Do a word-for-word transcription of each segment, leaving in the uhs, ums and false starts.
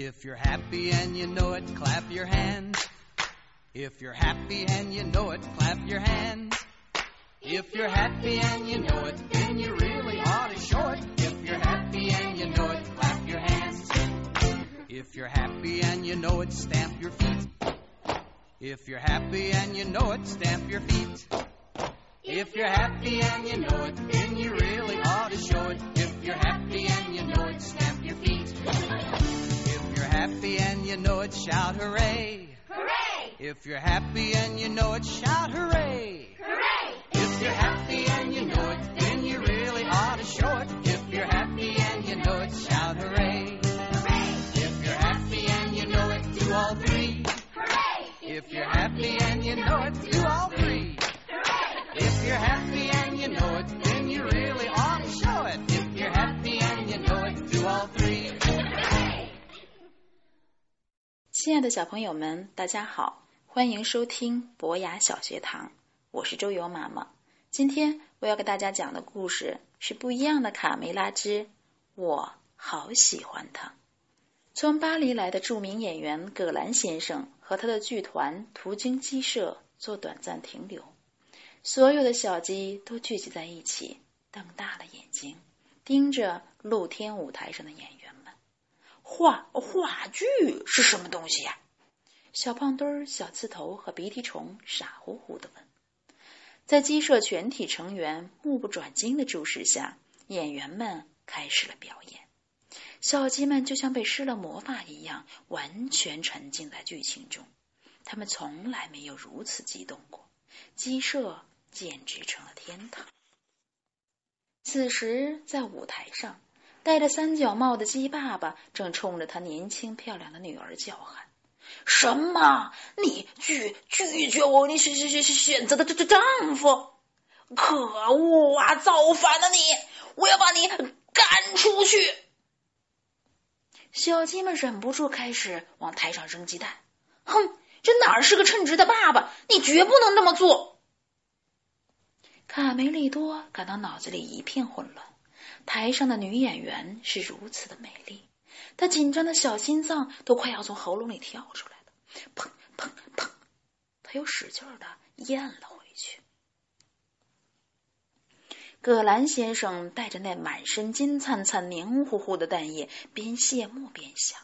If you're happy and you know it, clap your hands. If you're happy and you know it, clap your hands. If you're happy and you know it, then you really ought to show it. If you're happy and you know it, clap your hands. If you're happy and you know it, stamp your feet. If you're happy and you know it, stamp your feet. If you're happy and you know it, then you really ought to show it. If you're happy and you know it, stamp your feet. If you're happy and you know it, shout hooray. Hooray! If you're happy and you know it, shout hooray. Hooray! If you're happy and you know it, then you really ought to show it. If you're happy and you know it, shout hooray. Hooray! If you're happy and you know it, do all three. Hooray! If you're happy and you know it, do all three. If you're happy and you know it, then you really ought to show it. If you're happy and you know it, do all three. 亲爱的小朋友们，大家好，欢迎收听博雅小学堂，我是周游妈妈。今天我要给大家讲的故事是不一样的卡梅拉之我好喜欢他。从巴黎来的著名演员葛兰先生和他的剧团途经鸡舍做短暂停留，所有的小鸡都聚集在一起，瞪大了眼睛盯着露天舞台上的演员们。话话剧是什么东西呀？小胖墩儿、小刺头和鼻涕虫傻乎乎地问。在鸡舍全体成员目不转睛的注视下，演员们开始了表演。小鸡们就像被施了魔法一样，完全沉浸在剧情中。他们从来没有如此激动过，鸡舍简直成了天堂。此时，在舞台上，戴着三角帽的鸡爸爸正冲着他年轻漂亮的女儿叫喊：“什么？你拒拒绝我？你选选选选择的这这丈夫？可恶啊！造反的你！我要把你赶出去！”小鸡们忍不住开始往台上扔鸡蛋。哼，这哪是个称职的爸爸？你绝不能这么做！卡梅利多感到脑子里一片混乱。台上的女演员是如此的美丽，她紧张的小心脏都快要从喉咙里跳出来了。砰砰砰，她又使劲的咽了回去。葛兰先生带着那满身金灿灿黏糊糊的蛋液，边谢幕边想：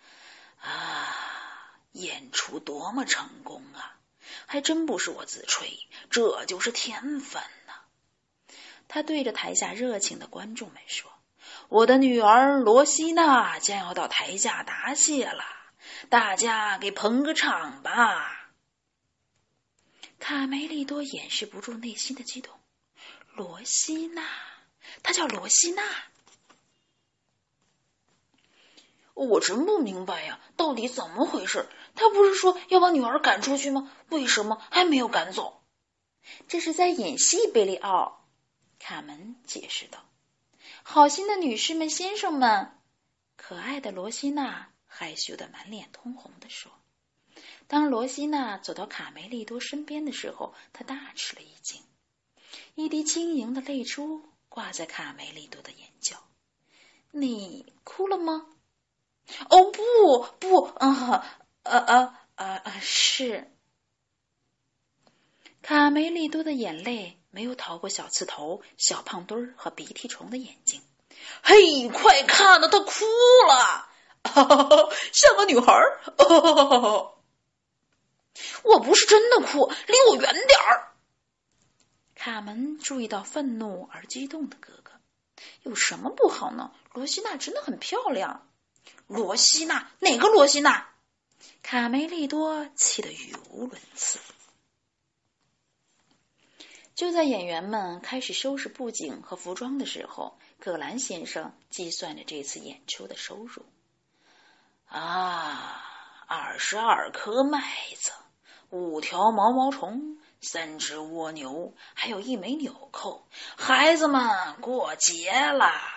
啊，演出多么成功啊！还真不是我自吹，这就是天分呐！他对着台下热情的观众们说：“我的女儿罗西娜将要到台下答谢了，大家给捧个场吧！”卡梅利多掩饰不住内心的激动。罗西娜，她叫罗西娜。我真不明白呀，到底怎么回事？他不是说要把女儿赶出去吗？为什么还没有赶走？这是在演戏，贝利奥。卡门解释道。好心的女士们、先生们，可爱的罗西娜害羞的满脸通红地说。当罗西娜走到卡梅利多身边的时候，她大吃了一惊，一滴晶莹的泪珠挂在卡梅利多的眼角。你哭了吗？哦，不不，啊呃呃呃是。卡梅利多的眼泪没有逃过小刺头、小胖墩儿和鼻涕虫的眼睛。嘿，快看啊，他哭了，像个女孩儿。我不是真的哭，离我远点儿。卡门注意到愤怒而激动的哥哥。有什么不好呢？罗西娜真的很漂亮。罗西娜？哪个罗西娜？卡梅利多气得语无伦次。就在演员们开始收拾布景和服装的时候，葛兰先生计算着这次演出的收入。啊，二十二颗麦子，五条毛毛虫，三只蜗牛，还有一枚纽扣。孩子们，过节啦！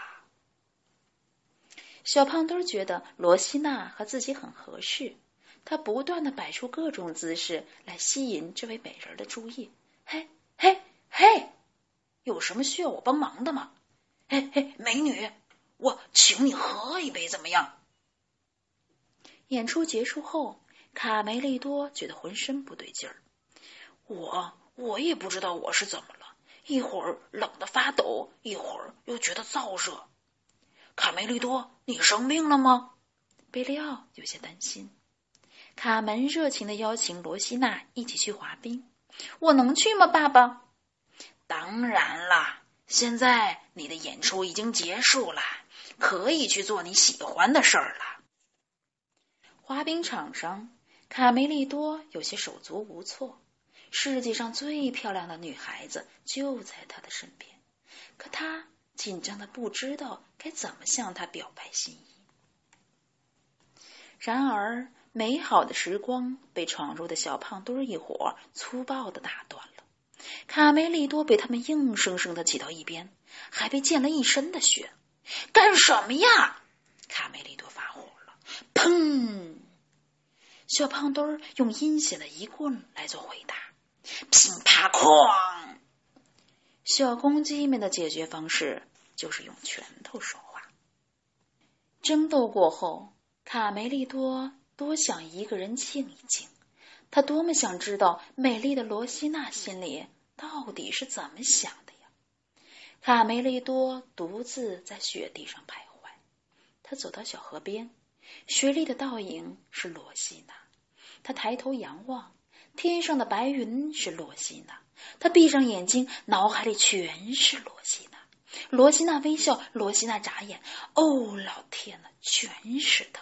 小胖墩觉得罗西娜和自己很合适，他不断地摆出各种姿势来吸引这位美人的注意。嘿嘿嘿，有什么需要我帮忙的吗？嘿嘿，美女，我请你喝一杯怎么样？ 演出结束后，卡梅利多觉得浑身不对劲儿。我我也不知道我是怎么了，一会儿冷得发抖，一会儿又觉得燥热。卡梅利多，你生病了吗？贝利奥有些担心。卡门热情地邀请罗西娜一起去滑冰。我能去吗，爸爸？当然啦，现在你的演出已经结束了，可以去做你喜欢的事儿了。滑冰场上，卡梅利多有些手足无措。世界上最漂亮的女孩子就在他的身边，可他紧张的不知道该怎么向她表白心意。然而，美好的时光被闯入的小胖墩一伙粗暴地打断了。卡梅利多被他们硬生生地挤到一边，还被溅了一身的血。干什么呀？卡梅利多发火了。砰！小胖墩用阴险的一棍来做回答。乒啪哐！小公鸡们的解决方式就是用拳头说话。争斗过后，卡梅利多多想一个人静一静，他多么想知道美丽的罗西娜心里到底是怎么想的呀。卡梅利多独自在雪地上徘徊，他走到小河边，雪里的倒影是罗西娜。他抬头仰望，天上的白云是罗西娜。他闭上眼睛，脑海里全是罗西娜。罗西娜微笑，罗西娜眨眼，哦，老天哪，全是他。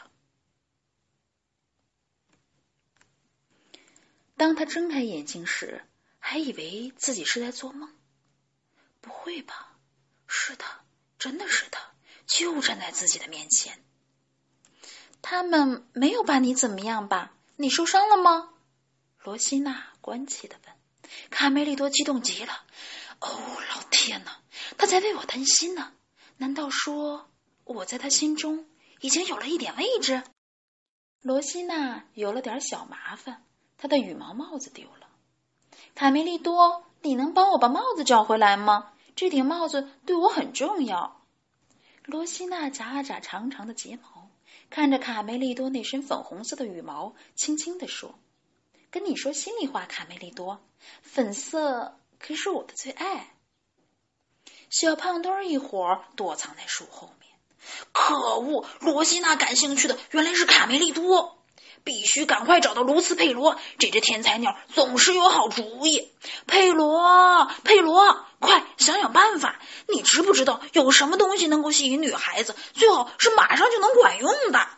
当他睁开眼睛时，还以为自己是在做梦。不会吧？是他，真的是他，就站在自己的面前。他们没有把你怎么样吧？你受伤了吗？罗西娜关切地问。卡梅利多激动极了。哦，老天哪，他在为我担心呢。难道说我在他心中已经有了一点位置？罗西娜有了点小麻烦，她的羽毛帽子丢了。卡梅利多，你能帮我把帽子找回来吗？这顶帽子对我很重要。罗西娜眨了眨长长的睫毛，看着卡梅利多那身粉红色的羽毛，轻轻地说：跟你说心里话，卡梅利多，粉色可是我的最爱。小胖墩一伙儿躲藏在树后面。可恶，罗西娜感兴趣的原来是卡梅利多，必须赶快找到卢茨佩罗，这只天才鸟总是有好主意。佩罗，佩罗，快想想办法，你知不知道有什么东西能够吸引女孩子，最好是马上就能管用的。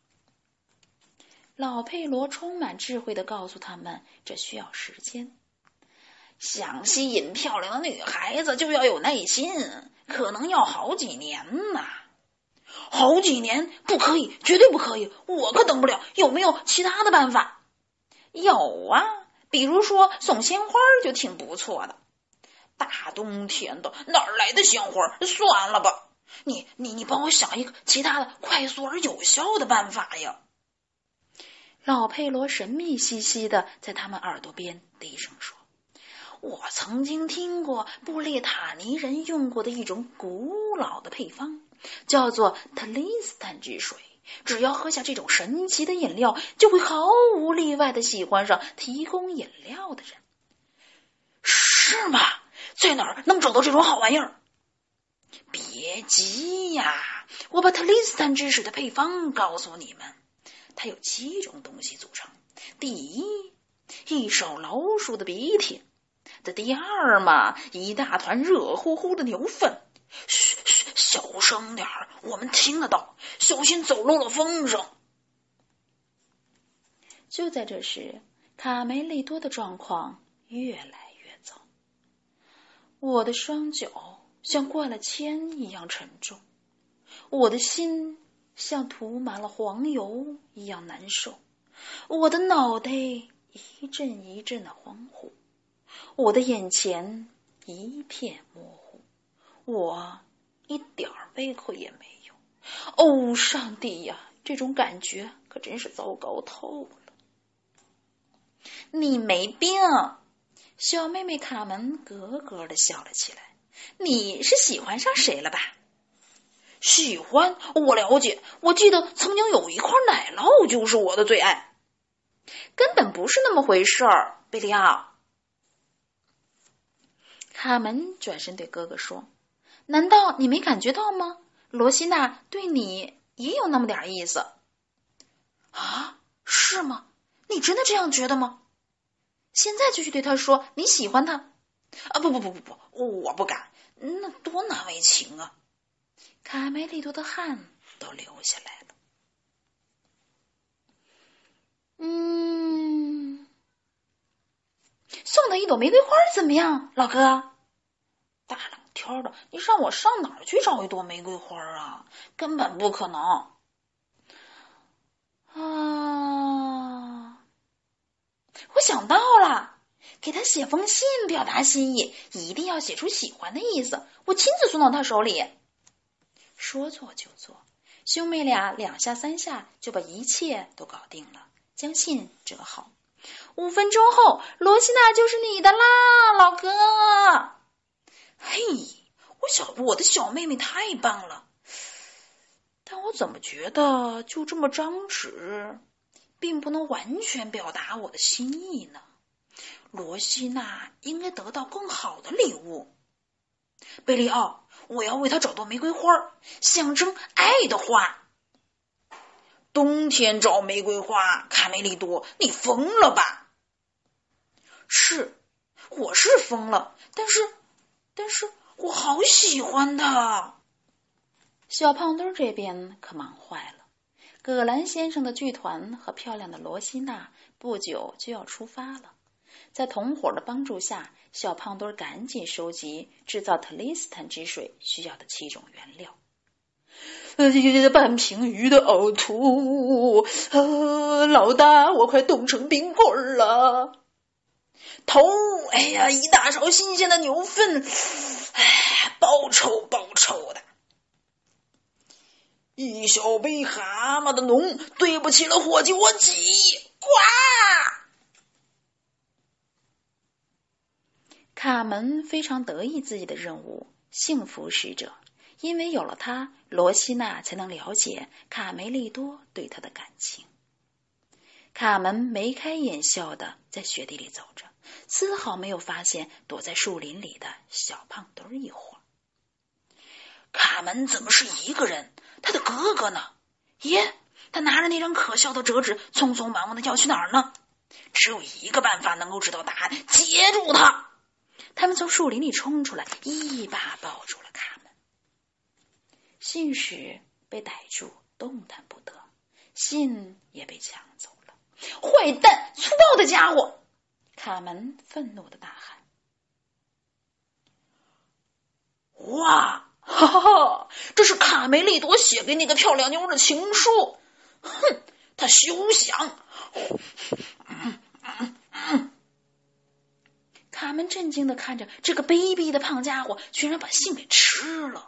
老佩罗充满智慧地告诉他们，这需要时间。想吸引漂亮的女孩子就要有耐心，可能要好几年呢。好几年？不可以，绝对不可以，我可等不了。有没有其他的办法？有啊，比如说送鲜花就挺不错的。大冬天的，哪来的鲜花？算了吧，你你你帮我想一个其他的快速而有效的办法呀。老佩罗神秘兮兮的在他们耳朵边低声说：我曾经听过布列塔尼人用过的一种古老的配方，叫做特利斯坦之水。只要喝下这种神奇的饮料，就会毫无例外的喜欢上提供饮料的人。是吗？在哪儿能找到这种好玩意儿？别急呀，我把特利斯坦之水的配方告诉你们。它有七种东西组成。第一，一手老鼠的鼻涕。这第二嘛，一大团热乎乎的牛粪。嘘嘘，小声点儿，我们听得到，小心走漏了风声。就在这时，卡梅利多的状况越来越糟。我的双脚像灌了铅一样沉重，我的心像涂满了黄油一样难受，我的脑袋一阵一阵的恍惚，我的眼前一片模糊，我一点胃口也没有。哦，上帝呀，这种感觉可真是糟糕透了。你没病，小妹妹卡门咯咯地笑了起来。你是喜欢上谁了吧？ 喜欢，我了解，我记得曾经有一块奶酪就是我的最爱。 根本不是那么回事儿，贝利奥。卡门转身对哥哥说，难道你没感觉到吗？罗西娜对你也有那么点意思。 啊，是吗？你真的这样觉得吗？ 现在就去对他说你喜欢他。 啊，不不不不不，我不敢，那多难为情啊。 卡梅利多的汗都流下来了。嗯，送他一朵玫瑰花怎么样，老哥？ 大冷天的，你让我上哪儿去找一朵玫瑰花啊？根本不可能。 啊，我想到了，给他写封信表达心意，一定要写出喜欢的意思，我亲自送到他手里。说做就做，兄妹俩两下三下就把一切都搞定了，将信折好。五分钟后，罗西娜就是你的啦，老哥。 嘿，我小我的小妹妹太棒了， 但我怎么觉得就这么张纸，并不能完全表达我的心意呢？ 罗西娜应该得到更好的礼物。贝利奥，我要为她找到玫瑰花，象征爱的花。冬天找玫瑰花，卡梅利多，你疯了吧？是，我是疯了，但是，但是我好喜欢他。 小胖墩这边可忙坏了，葛兰先生的剧团和漂亮的罗西娜不久就要出发了。在同伙的帮助下，小胖墩赶紧收集制造特利斯坦之水需要的七种原料。 呃，半瓶鱼的呕吐，呃，老大，我快冻成冰棍了。头，哎呀，一大勺新鲜的牛粪，哎，爆臭爆臭的。一小杯蛤蟆的脓，对不起了，伙计，我挤，呱！ 卡门非常得意自己的任务，幸福使者。因为有了他，罗西娜才能了解卡梅利多对他的感情。卡门眉开眼笑的在雪地里走着，丝毫没有发现躲在树林里的小胖墩一伙。 卡门怎么是一个人？他的哥哥呢？耶，他拿着那张可笑的折纸，匆匆忙忙的要去哪儿呢？只有一个办法能够知道答案，接住他！ 他们从树林里冲出来，一把抱住了卡门。信使被逮住，动弹不得，信也被抢走了。 坏蛋，粗暴的家伙！ 卡门愤怒的大喊。 哇，哈哈哈！这是卡梅利多写给那个漂亮妞的情书。哼，他休想！嗯嗯嗯、 卡门震惊地看着这个卑鄙的胖家伙，居然把信给吃了。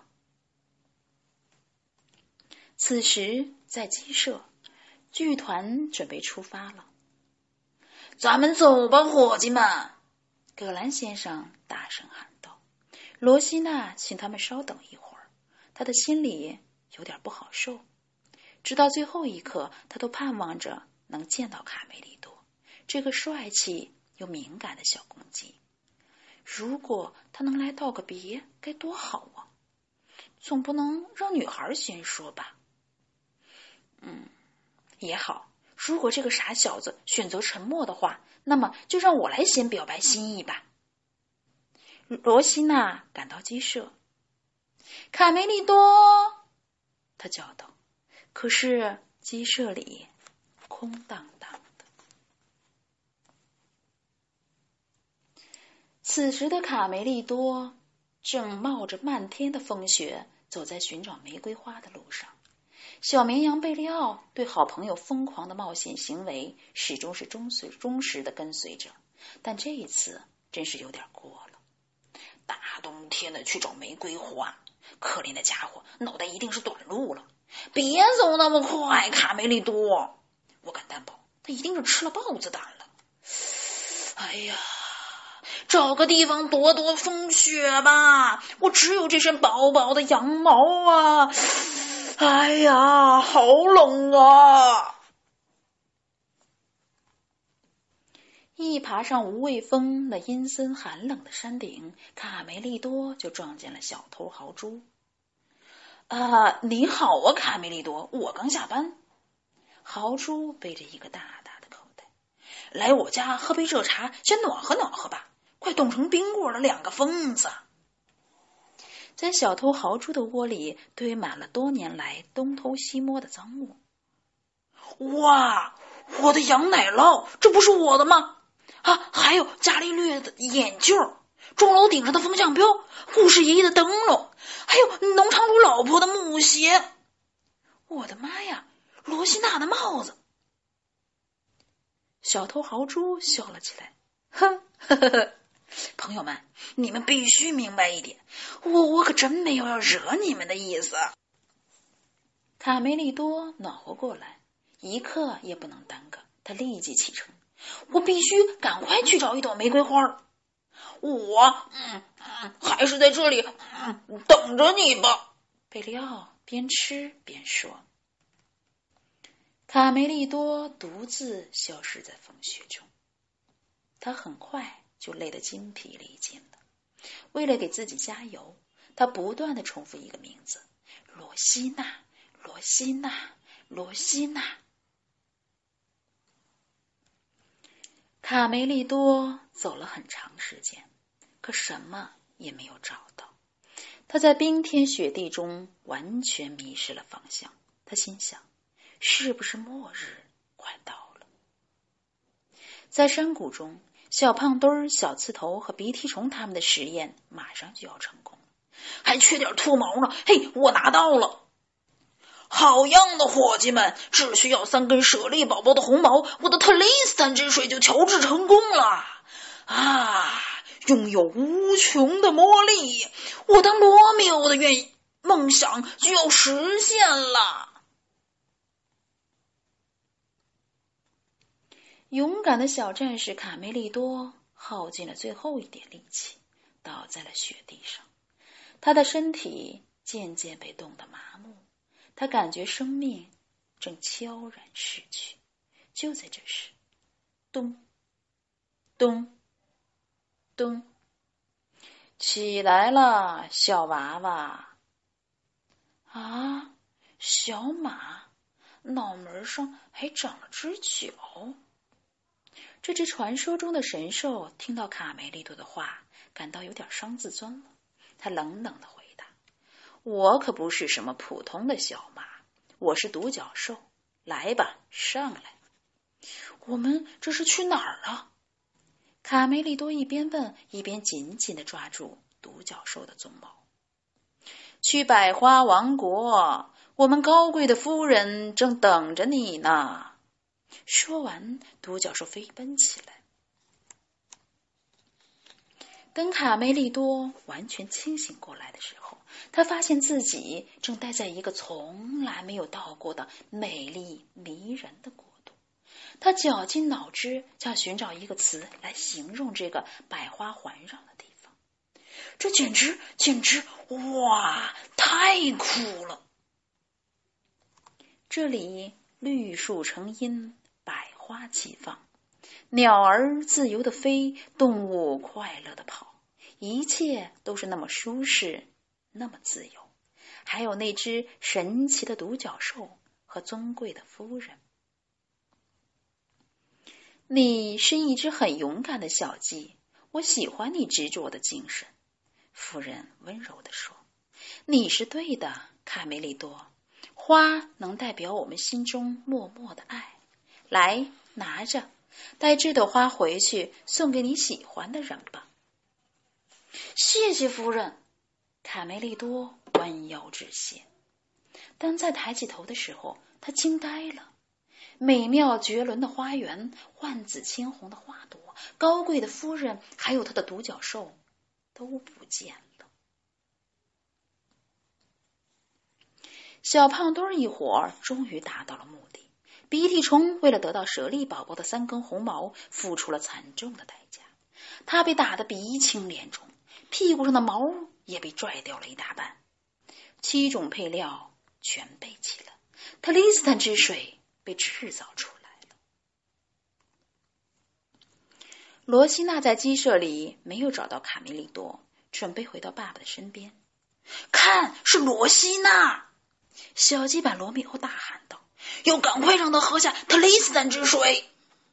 此时在鸡舍，剧团准备出发了。 咱们走吧，伙计们！ 葛兰先生大声喊道。罗西娜请他们稍等一会儿，他的心里有点不好受。直到最后一刻，他都盼望着能见到卡梅利多，这个帅气又敏感的小公鸡。如果他能来道个别，该多好啊！总不能让女孩先说吧？嗯，也好。如果这个傻小子选择沉默的话，那么就让我来先表白心意吧。罗西娜赶到鸡舍，卡梅利多，他叫道。可是鸡舍里空荡荡的。此时的卡梅利多正冒着漫天的风雪走在寻找玫瑰花的路上。小绵羊贝利奥对好朋友疯狂的冒险行为始终是忠实忠实的跟随者，但这一次真是有点过了。 大冬天的去找玫瑰花，可怜的家伙，脑袋一定是短路了。别走那么快，卡梅利多，我敢担保，他一定是吃了豹子胆了。哎呀， 找个地方躲躲风雪吧，我只有这身薄薄的羊毛啊！哎呀，好冷啊！ 一爬上无畏峰那阴森寒冷的山顶，卡梅利多就撞见了小偷豪猪。 啊，你好啊，卡梅利多，我刚下班。 豪猪背着一个大大的口袋， 来我家喝杯热茶，先暖和暖和吧，快冻成冰棍了，两个疯子。 在小偷豪猪的窝里堆满了多年来东偷西摸的赃物。 哇，我的羊奶酪，这不是我的吗？啊，还有伽利略的眼镜，钟楼顶上的风向标，故事爷爷的灯笼，还有农场主老婆的木鞋。我的妈呀，罗西娜的帽子！ 小偷豪猪笑了起来， 哼呵呵呵，朋友们，你们必须明白一点，我我可真没有要惹你们的意思。 卡梅利多暖和过来，一刻也不能耽搁，他立即启程， 我必须赶快去找一朵玫瑰花。我嗯嗯，还是在这里嗯等着你吧。 贝利奥边吃边说。卡梅利多独自消失在风雪中，他很快就累得筋疲力尽了。为了给自己加油，他不断地重复一个名字：罗西娜，罗西娜，罗西娜。卡梅利多走了很长时间，可什么也没有找到。他在冰天雪地中完全迷失了方向。他心想，是不是末日快到了？在山谷中，小胖墩儿、小刺头和鼻涕虫他们的实验马上就要成功了， 还缺点秃毛呢。嘿，我拿到了！好样的，伙计们！只需要三根舍利宝宝的红毛，我的特雷斯坦之水就调制成功了啊！拥有无穷的魔力，我当罗密欧的愿梦想就要实现了。 勇敢的小战士卡梅利多耗尽了最后一点力气，倒在了雪地上。他的身体渐渐被冻得麻木，他感觉生命正悄然逝去。就在这时，咚咚咚，起来了，小娃娃！啊，小马，脑门上还长了只角。这只传说中的神兽听到卡梅利多的话，感到有点伤自尊了。他冷冷地回答：我可不是什么普通的小马，我是独角兽。来吧，上来。 我们这是去哪儿啊？ 卡梅利多一边问，一边紧紧地抓住独角兽的鬃毛。去百花王国，我们高贵的夫人正等着你呢。说完，独角兽飞奔起来。等卡梅利多完全清醒过来的时候，他发现自己正待在一个从来没有到过的美丽迷人的国度。他绞尽脑汁想寻找一个词来形容这个百花环绕的地方。 这简直简直哇，太酷了！ 这里绿树成荫，百花齐放，鸟儿自由地飞，动物快乐地跑，一切都是那么舒适，那么自由。还有那只神奇的独角兽和尊贵的夫人。你是一只很勇敢的小鸡，我喜欢你执着的精神。夫人温柔地说，你是对的，卡梅利多。花能代表我们心中默默的爱。来，拿着，带这朵花回去送给你喜欢的人吧。 谢谢夫人。 卡梅利多弯腰致谢。当再抬起头的时候，他惊呆了。美妙绝伦的花园，万紫千红的花朵，高贵的夫人，还有他的独角兽都不见了。小胖墩儿一伙儿终于达到了目的。鼻涕虫为了得到舍利宝宝的三根红毛，付出了惨重的代价。 他被打得鼻青脸肿，屁股上的毛也被拽掉了一大半。七种配料全备齐了，特里斯坦之水被制造出来了。罗西娜在鸡舍里没有找到卡梅利多，准备回到爸爸的身边。看，是罗西娜！小鸡版罗密欧大喊道，要赶快让他喝下特雷斯坦之水。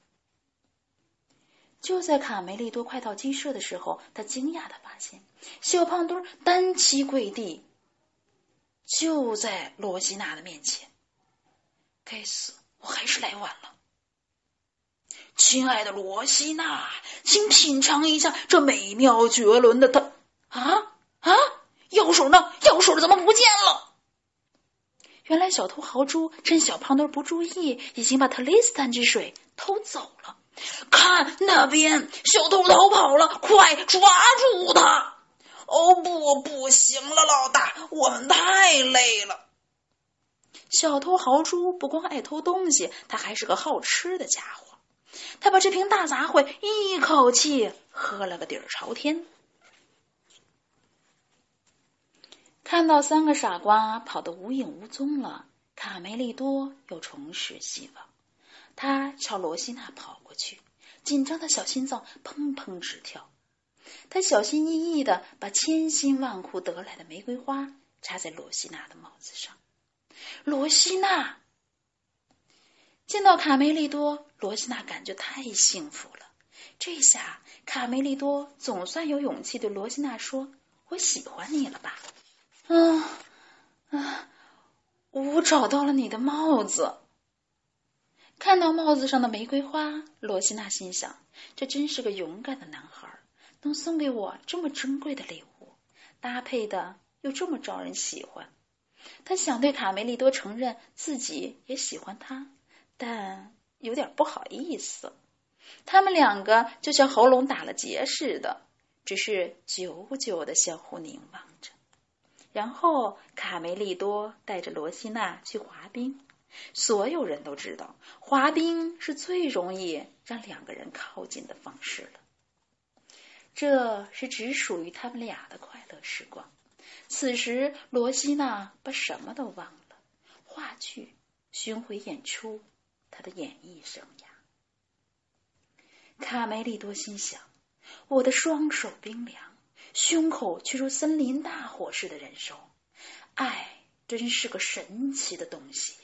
就在卡梅利多快到鸡舍的时候，他惊讶地发现小胖墩单膝跪地，就在罗西娜的面前。该死，我还是来晚了。亲爱的罗西娜，请品尝一下这美妙绝伦的特啊啊！药水呢？药水怎么不见了？原来小偷豪猪趁小胖墩不注意，已经把特雷斯坦之水偷走了。看那边，小偷逃跑了，快抓住他！哦不，不行了，老大，我们太累了。小偷豪猪不光爱偷东西，他还是个好吃的家伙。他把这瓶大杂烩一口气喝了个底儿朝天。看到三个傻瓜跑得无影无踪了，卡梅利多又重拾希望。他朝罗西娜跑过去，紧张的小心脏砰砰直跳。他小心翼翼地把千辛万苦得来的玫瑰花插在罗西娜的帽子上。罗西娜！见到卡梅利多，罗西娜感觉太幸福了。这下卡梅利多总算有勇气对罗西娜说，我喜欢你了吧。啊啊！我找到了你的帽子。看到帽子上的玫瑰花，罗西娜心想，这真是个勇敢的男孩，能送给我这么珍贵的礼物，搭配的又这么招人喜欢。他想对卡梅利多承认自己也喜欢他，但有点不好意思。他们两个就像喉咙打了结似的，只是久久的相互凝望着。然后卡梅利多带着罗西娜去滑冰。所有人都知道，滑冰是最容易让两个人靠近的方式了。这是只属于他们俩的快乐时光。此时罗西娜把什么都忘了，话剧、巡回演出，她的演艺生涯。卡梅利多心想，我的双手冰凉，胸口却如森林大火似的燃烧，爱真是个神奇的东西呀。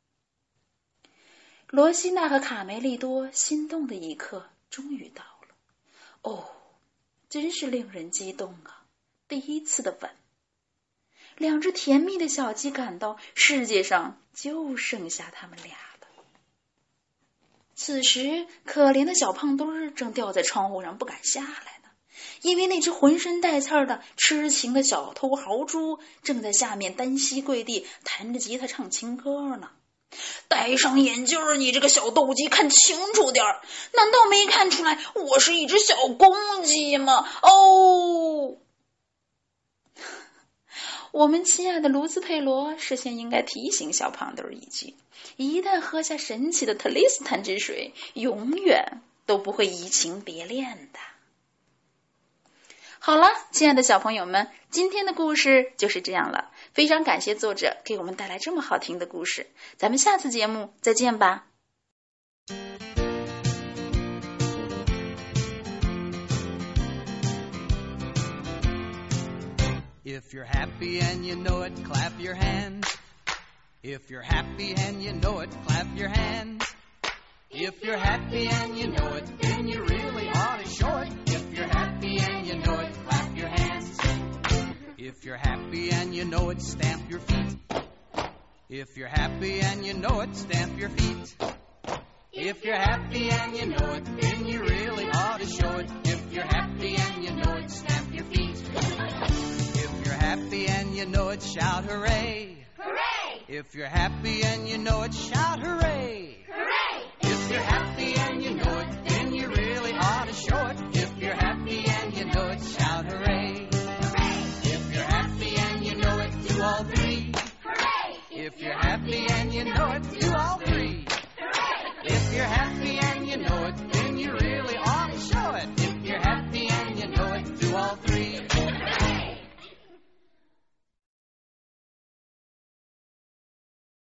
罗西娜和卡梅利多心动的一刻终于到了。哦，真是令人激动啊，第一次的吻。两只甜蜜的小鸡感到世界上就剩下他们俩了。此时可怜的小胖墩儿正吊在窗户上不敢下来呢，因为那只浑身带刺儿的痴情的小偷豪猪正在下面单膝跪地弹着吉他唱情歌呢。戴上眼镜儿，你这个小斗鸡，看清楚点儿！难道没看出来我是一只小公鸡吗？哦，我们亲爱的卢兹佩罗事先应该提醒小胖墩儿一句，一旦喝下神奇的特雷斯坦之水，永远都不会移情别恋的。好了，亲爱的小朋友们，今天的故事就是这样了。非常感谢作者给我们带来这么好听的故事，咱们下次节目再见吧。 If you're happy and you know it, clap your hands. If you're happy and you know it, clap your hands. If you're happy and you know it, then you really ought to show it. If you're happy and you know it, clap your hands. If you're happy and you know it, stamp your feet. If you're happy and you know it, stamp your feet. If you're happy and you know it, then you really ought to show it. If you're happy and you know it, stamp your feet. If you're happy and you know it, shout hooray. Hooray! If you're happy and you know it, shout hooray. Hooray!